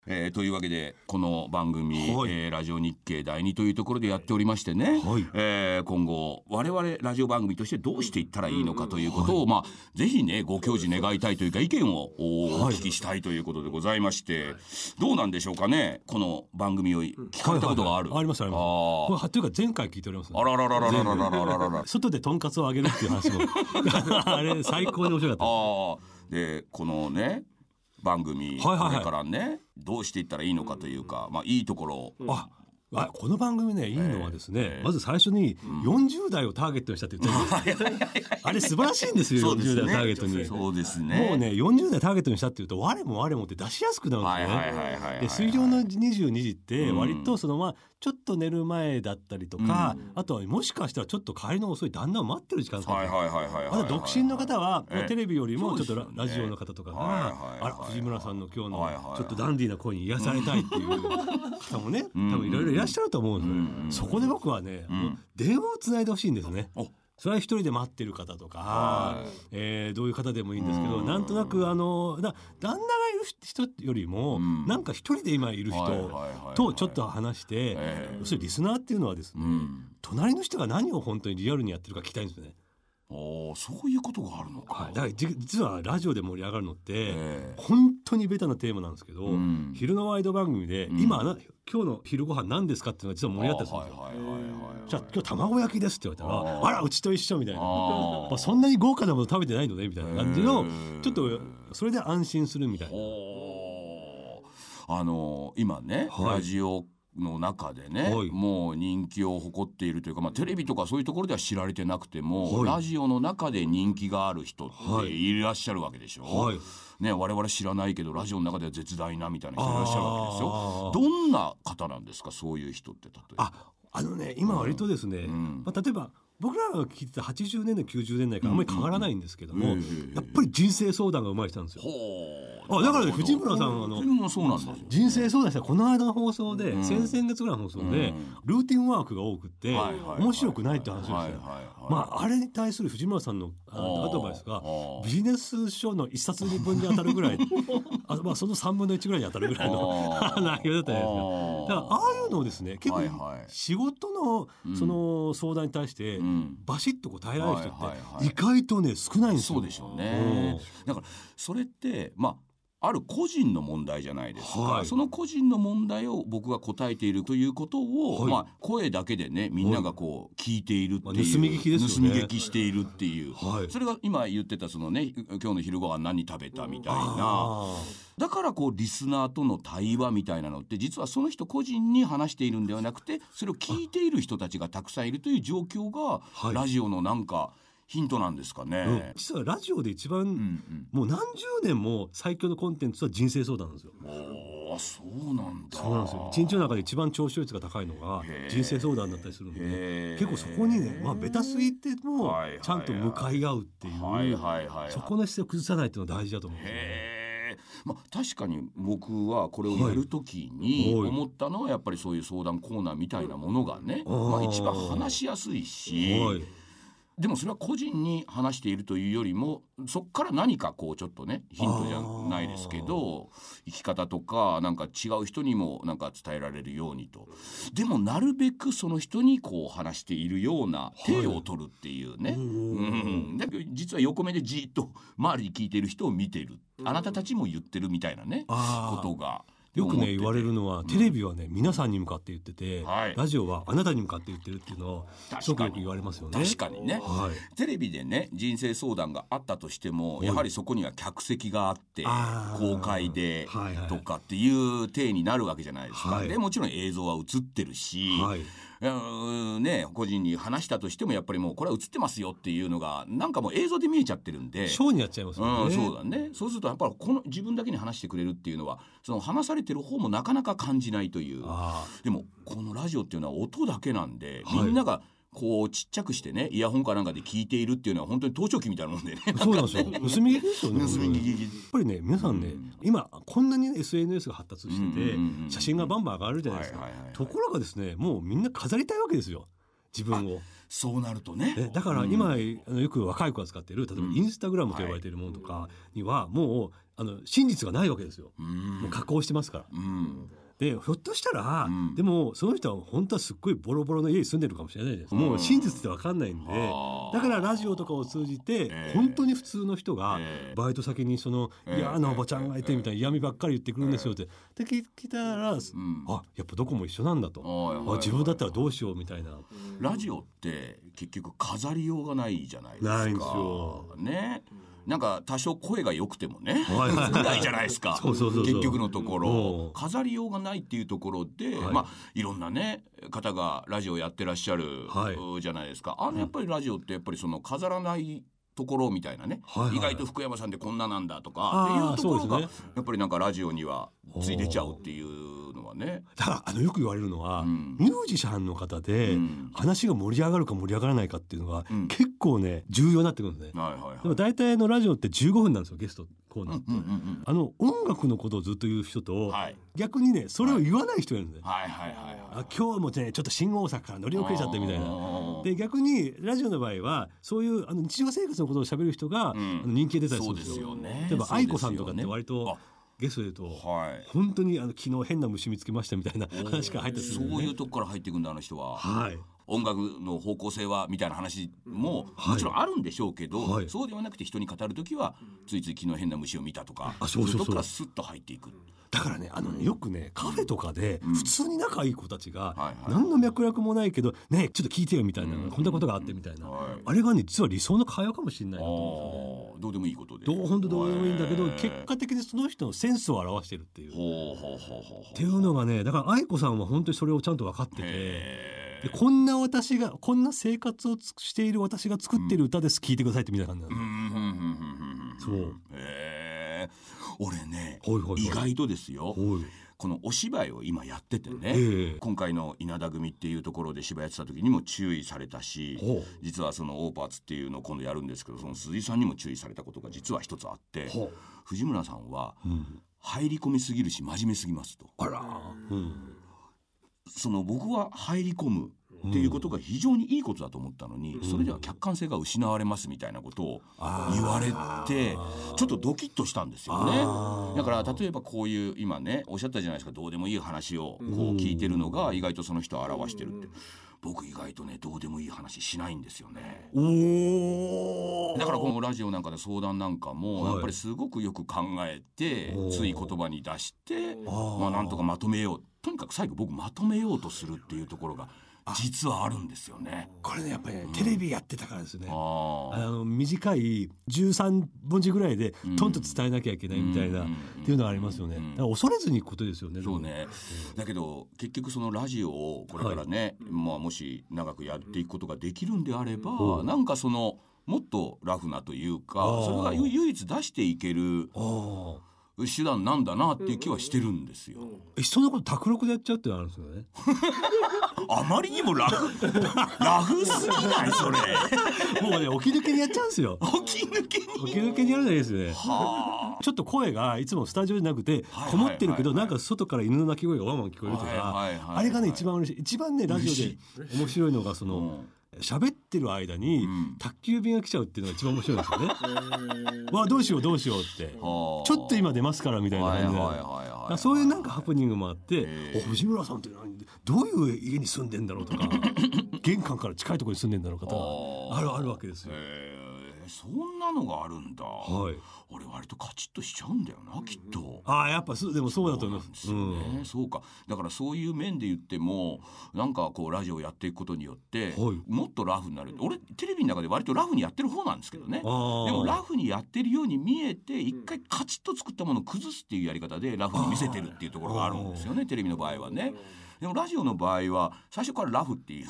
というわけでこの番組、 はい、 ラジオ日経第2というところでやっておりましてね、 はい、 今後我々ラジオ番組としてどうしていったらいいのかということを、ぜひねご教示願いたいというか意見をお聞きしたいということでございまして、どうなんでしょうかね。この番組を聞かれたことがある、 ありますあります。これというか前回聞いております、ね、 あらららららららららら外でとんかつをあげるっていう話もあれ最高に面白かった。 でこのね番組、これからねどうしていったらいいのかというか、いいところを、 この番組ねいいのはですね、まず最初に40代をターゲットにしたって言ってるんです、あれ素晴らしいんですよ。40代をターゲットに、 そうですね、 もうね40代ターゲットにしたっていうと我も我もって出しやすくなるんですね。で水上の22時って割とそのちょっと寝る前だったりとか、あとはもしかしたらちょっと帰りの遅い旦那を待ってる時間とか、あと独身の方はテレビよりもちょっとラジオの方とかが藤村さんの今日のちょっとダンディーな声に癒されたいっていう方もね多分いろいろいらっしゃると思うんですよ。そこで僕はね、電話をつないでほしいんですね。それは一人で待ってる方とか、どういう方でもいいんですけど、なんとなく旦那がいる人よりも、なんか一人で今いる人とちょっと話して、要するにリスナーっていうのはですね、隣の人が何を本当にリアルにやってるか聞きたいんですね。 そういうことがあるのか。 だから実はラジオで盛り上がるのって、本当にベタなテーマなんですけど、昼のワイド番組で、今日の昼ご飯何ですかっていうのが実は盛り上がったりするんですよ。じゃあ今日卵焼きですって言われたら、あらうちと一緒みたいな、そんなに豪華なもの食べてないのねみたいな感じの、ちょっとそれで安心するみたいな。 今ね、ラジオの中でね、もう人気を誇っているというか、テレビとかそういうところでは知られてなくても、ラジオの中で人気がある人っていらっしゃるわけでしょ、ね、我々知らないけどラジオの中では絶大なみたいな人いらっしゃるわけですよ。どんな方なんですかそういう人って。例えば今割とですね、例えば僕らが聞いてた80年代90年代からあんまり変わらないんですけども、やっぱり人生相談が上手い人なんですよ。だからね、藤村さんそうなんですよ。 人生相談したこの間の放送で、先々月ぐらいの放送で、ルーティンワークが多くって面白くないって話をして、あれに対する藤村さんのアドバイスがビジネス書の1冊2分に当たるぐらいその3分の1ぐらいに当たるぐらいの内容だったじゃないですか。だからああいうのをですね、結構仕事のその相談に対してバシッと答えられる人って意外とね少ないんですよ。 そうでしょうね。だからそれってある個人の問題じゃないですか、その個人の問題を僕が答えているということを、声だけでねみんながこう聞いているっていう、 盗み聞きですよね。 盗み聞きしているっていう、それが今言ってたそのね今日の昼ご飯何食べたみたいな。だからこうリスナーとの対話みたいなのって実はその人個人に話しているんではなくて、それを聞いている人たちがたくさんいるという状況が、ラジオのなんかヒントなんですかね。 実はラジオで一番、もう何十年も最強のコンテンツは人生相談なんですよ。 そうなんだ。 そうなんですよ。一日の中で一番聴取率が高いのが人生相談だったりするんで、結構そこにね、ベタすぎてもちゃんと向かい合うっていう、そこの姿勢を崩さないっていうのは大事だと思うんですよね。 確かに僕はこれをやるときに思ったのは、やっぱりそういう相談コーナーみたいなものがね、一番話しやすいし、でもそれは個人に話しているというよりも、そこから何かこうちょっとねヒントじゃないですけど、生き方とかなんか違う人にもなんか伝えられるようにと。でもなるべくその人にこう話しているような手を取るっていうね、だけど実は横目でじっと周りに聞いている人を見ている、あなたたちも言ってるみたいなねことがよくね言われるのは、テレビはね皆さんに向かって言ってて、ラジオはあなたに向かって言ってるっていうのをすごくよく言われますよね。 確かにね、テレビでね人生相談があったとしても、やはりそこには客席があって公開でとかっていう体になるわけじゃないですか。でもちろん映像は映ってるし、個人に話したとしてもやっぱりもうこれは映ってますよっていうのがなんかもう映像で見えちゃってるんで、 ショーになっちゃいますよね。 そうだね。そうするとやっぱりこの自分だけに話してくれるっていうのは、その話されてる方もなかなか感じないという。でもこのラジオっていうのは音だけなんで、みんながこうちっちゃくしてねイヤホンかなんかで聞いているっていうのは本当に盗聴器みたいなもんでね。 そうなんですよ。盗み聞きですよね。 盗み聞き。 やっぱりね皆さんね、今こんなに SNS が発達してて、写真がバンバン上がるじゃないですか。ところがですね、もうみんな飾りたいわけですよ、自分を。 そうなるとね。 だから今、よく若い子が使っている例えばインスタグラムと呼ばれているものとかにはもう真実がないわけですよ。もう加工してますから。でひょっとしたら、でもその人は本当はすっごいボロボロの家に住んでるかもしれないじゃないですか。もう真実って分かんないんで、だからラジオとかを通じて、本当に普通の人が、バイト先にその嫌なおばちゃんがいてみたいな嫌味ばっかり言ってくるんですよって、で聞いたら、やっぱどこも一緒なんだと、自分だったらどうしようみたいな。 ラジオって結局飾りようがないじゃないですか。 ないんですよね。なんか多少声が良くてもね少ないじゃないですか。結局のところ飾りようがないっていうところで、いろんなね方がラジオやってらっしゃる、じゃないですか。やっぱりラジオってやっぱりその飾らないところみたいなね、意外と福山さんでこんななんだとかっていうところが、やっぱりなんかラジオにはつい出ちゃうっていうのはね。 だからよく言われるのは、ミュージシャンの方で、話が盛り上がるか盛り上がらないかっていうのが、結構ね重要になってくるんですね。でも大体のラジオって15分なんですよ、ゲストコーナーって。音楽のことをずっと言う人と、逆にねそれを言わない人がいるんで、今日もねちょっと新大阪から乗り遅れちゃってみたいな。で逆にラジオの場合はそういう日常生活のことを喋る人が、人気が出たりするんですよ。例えば愛子さんとかって割とゲストで言うと、本当に昨日変な虫見つけましたみたいな話から入ってくる、 そういうとこから入っていくんだあの人は。音楽の方向性はみたいな話ももちろんあるんでしょうけど、そうではなくて人に語るときはついつい昨日変な虫を見たとか、そういうとこからスッと入っていく。 だからねよくねカフェとかで普通に仲いい子たちが、何の脈絡もないけどねちょっと聞いてよみたいな、こんなことがあってみたいな、あれがね実は理想の会話かもしれないなと思うんですよね。 どうでもいいことで本当どうでもいいんだけど、結果的にその人のセンスを表してるっていう、っていうのがね、だから愛子さんは本当にそれをちゃんと分かってて、でこんな生活をしている私が作っている歌です、聞いてくださいってみたいな感じなんですよ。そう俺ね、意外とですよ、このお芝居を今やっててね、今回の稲田組っていうところで芝居やってた時にも注意されたし、実はそのオーパーツっていうのを今度やるんですけど、その鈴井さんにも注意されたことが実は一つあって、藤村さんは入り込みすぎるし真面目すぎますと。その僕は入り込むっていうことが非常にいいことだと思ったのに、それでは客観性が失われますみたいなことを言われて、ちょっとドキッとしたんですよね。だから例えばこういう今ねおっしゃったじゃないですか、どうでもいい話をこう聞いてるのが意外とその人を表してるって。僕意外とねどうでもいい話しないんですよね。だからこのラジオなんかで相談なんかもやっぱりすごくよく考えて、つい言葉に出してなんとかまとめよう、とにかく最後僕まとめようとするっていうところが実はあるんですよね。 これねやっぱりね、テレビやってたからですね。短い13文字ぐらいでトンと伝えなきゃいけないみたいな、っていうのがありますよね。だから恐れずにいくことですよね。 そうね。だけど結局そのラジオをこれからね、もし長くやっていくことができるんであれば、なんかそのもっとラフなというか、それが唯一出していける手段なんだなっていう気はしてるんですよ。 そんなこと卓録でやっちゃうってのあるんですよね。 あまりにもラフすぎないそれ。 もうね起き抜けにやっちゃうんですよ。 起き抜けにやるのがいいですよね。ちょっっと声がいつもスタジオじゃなくてこもってるけど、なんか外から犬の鳴き声がワンワン聞こえるとか、あれがね一番嬉しい。一番ねラジオで面白いのがその喋ってる間に宅急便が来ちゃうっていうのが一番面白いんですよね。わあどうしようってちょっと今出ますからみたいな感じで、そういうなんかハプニングもあって、藤村さんってどういう家に住んでんだろうとか玄関から近いところに住んでんだろうかとかあるわけですよ。 そんなのがあるんだ。俺割とカチッとしちゃうんだよな、きっと。 やっぱでもそうだと思います。 そうか。だからそういう面で言ってもなんかこうラジオをやっていくことによって、もっとラフになる。俺テレビの中で割とラフにやってる方なんですけどね。でもラフにやってるように見えて一回カチッと作ったものを崩すっていうやり方でラフに見せてるっていうところがあるんですよね、テレビの場合はね。でもラジオの場合は最初からラフっていう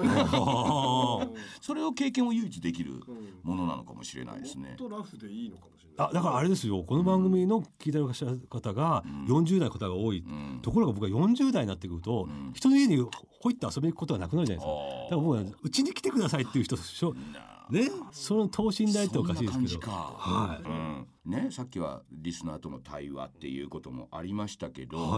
それを経験を唯一できるものなのかもしれないですね。 もっとラフでいいのかもしれない。 だからあれですよ、この番組の聞いてる方が40代の方が多い、ところが僕は40代になってくると、人の家にほいって遊びに行くことがなくなるじゃないですか。だから僕はうちに来てくださいっていう人ね、その等身大っておかしいですけど、 ね、さっきはリスナーとの対話っていうこともありましたけど、こ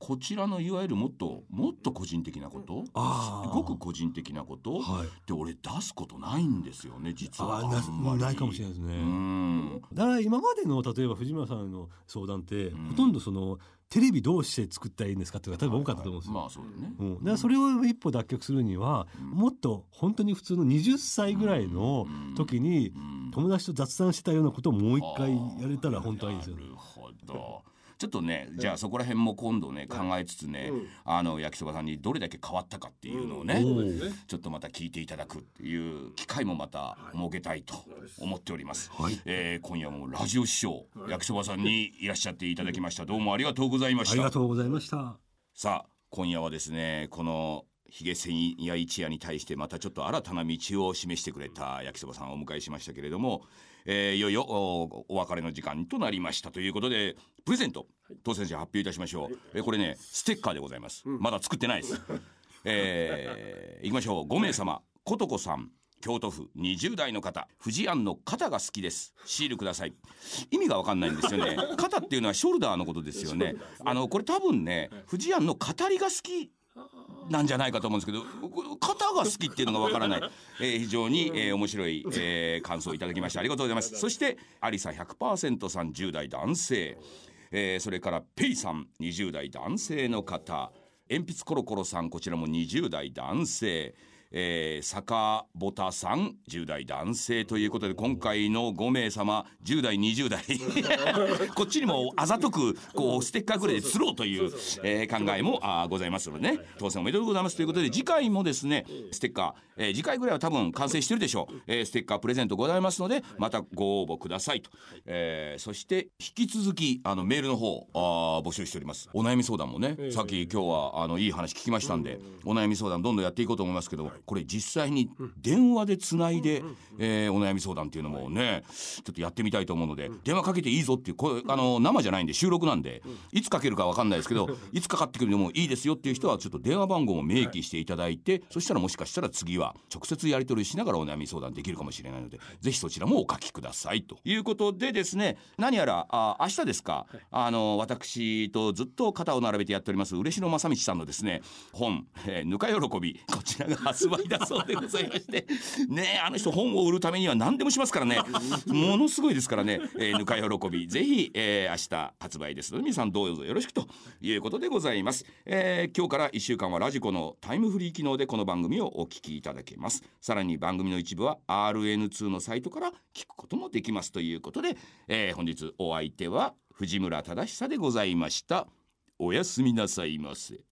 こちらのいわゆるもっと個人的なこと、すごく個人的なこと、で俺出すことないんですよね実は。 ないかもしれないですね。だから今までの例えば藤村さんの相談って、ほとんどそのテレビどうして作ったらいいんですかっていうのが多分多かったと思うんですよ。 まあそうだね。 だからそれを一歩脱却するには、もっと本当に普通の20歳ぐらいの時に友達と雑談してたようなことをもう一回やれたら本当はいいんですよ。 なるほど。ちょっとね、じゃあそこら辺も今度ね考えつつね、焼きそばさんにどれだけ変わったかっていうのをね、ちょっとまた聞いていただくっていう機会もまた設けたいと思っております。今夜もラジオ師匠焼きそばさんにいらっしゃっていただきました。どうもありがとうございました。 ありがとうございました。 さあ今夜はですね、このひげ千夜一夜に対してまたちょっと新たな道を示してくれた焼きそばさんをお迎えしましたけれども、いよいよお別れの時間となりましたということで、プレゼント当選者発表いたしましょう。これねステッカーでございます。まだ作ってないです。いきましょう。5名様。ことこさん、京都府20代の方、藤庵の肩が好きです。シールください。意味が分かんないんですよね。肩っていうのはショルダーのことですよね。これ多分ね藤庵の語りが好きなんじゃないかと思うんですけど、肩が好きっていうのがわからない、非常に、面白い、感想をいただきましてありがとうございます。そしてアリサ 100% さん10代男性、それからペイさん20代男性の方、鉛筆コロコロさんこちらも20代男性、坂ボタさん10代男性ということで、今回の5名様10代20代こっちにもあざとくこうステッカーくらいで釣ろうという、考えもございますのでね、当選おめでとうございますということで、次回もですねステッカー、次回ぐらいは多分完成してるでしょう、ステッカープレゼントございますのでまたご応募くださいと、そして引き続きメールの方募集しております。お悩み相談もね、さっき今日はいい話聞きましたんで、お悩み相談どんどんやっていこうと思いますけど、これ実際に電話でつないで、お悩み相談っていうのもねちょっとやってみたいと思うので、電話かけていいぞっていう、これ生じゃないんで収録なんでいつかけるか分かんないですけどいつかかってくるのもいいですよっていう人はちょっと電話番号も明記していただいて、そしたらもしかしたら次は直接やり取りしながらお悩み相談できるかもしれないので、ぜひそちらもお書きくださいということでですね、何やら明日ですか、私とずっと肩を並べてやっております嬉野正道さんのですね本、ぬか喜び、こちらが発売だそうでございましてね、あの人本を売るためには何でもしますからねものすごいですからね、ぬか喜びぜひ、明日発売ですので皆さんどうぞよろしくということでございます。今日から1週間はラジコのタイムフリー機能でこの番組をお聞きいただけます。さらに番組の一部は RN2 のサイトから聞くこともできますということで、本日お相手は藤村忠久でございました。おやすみなさいませ。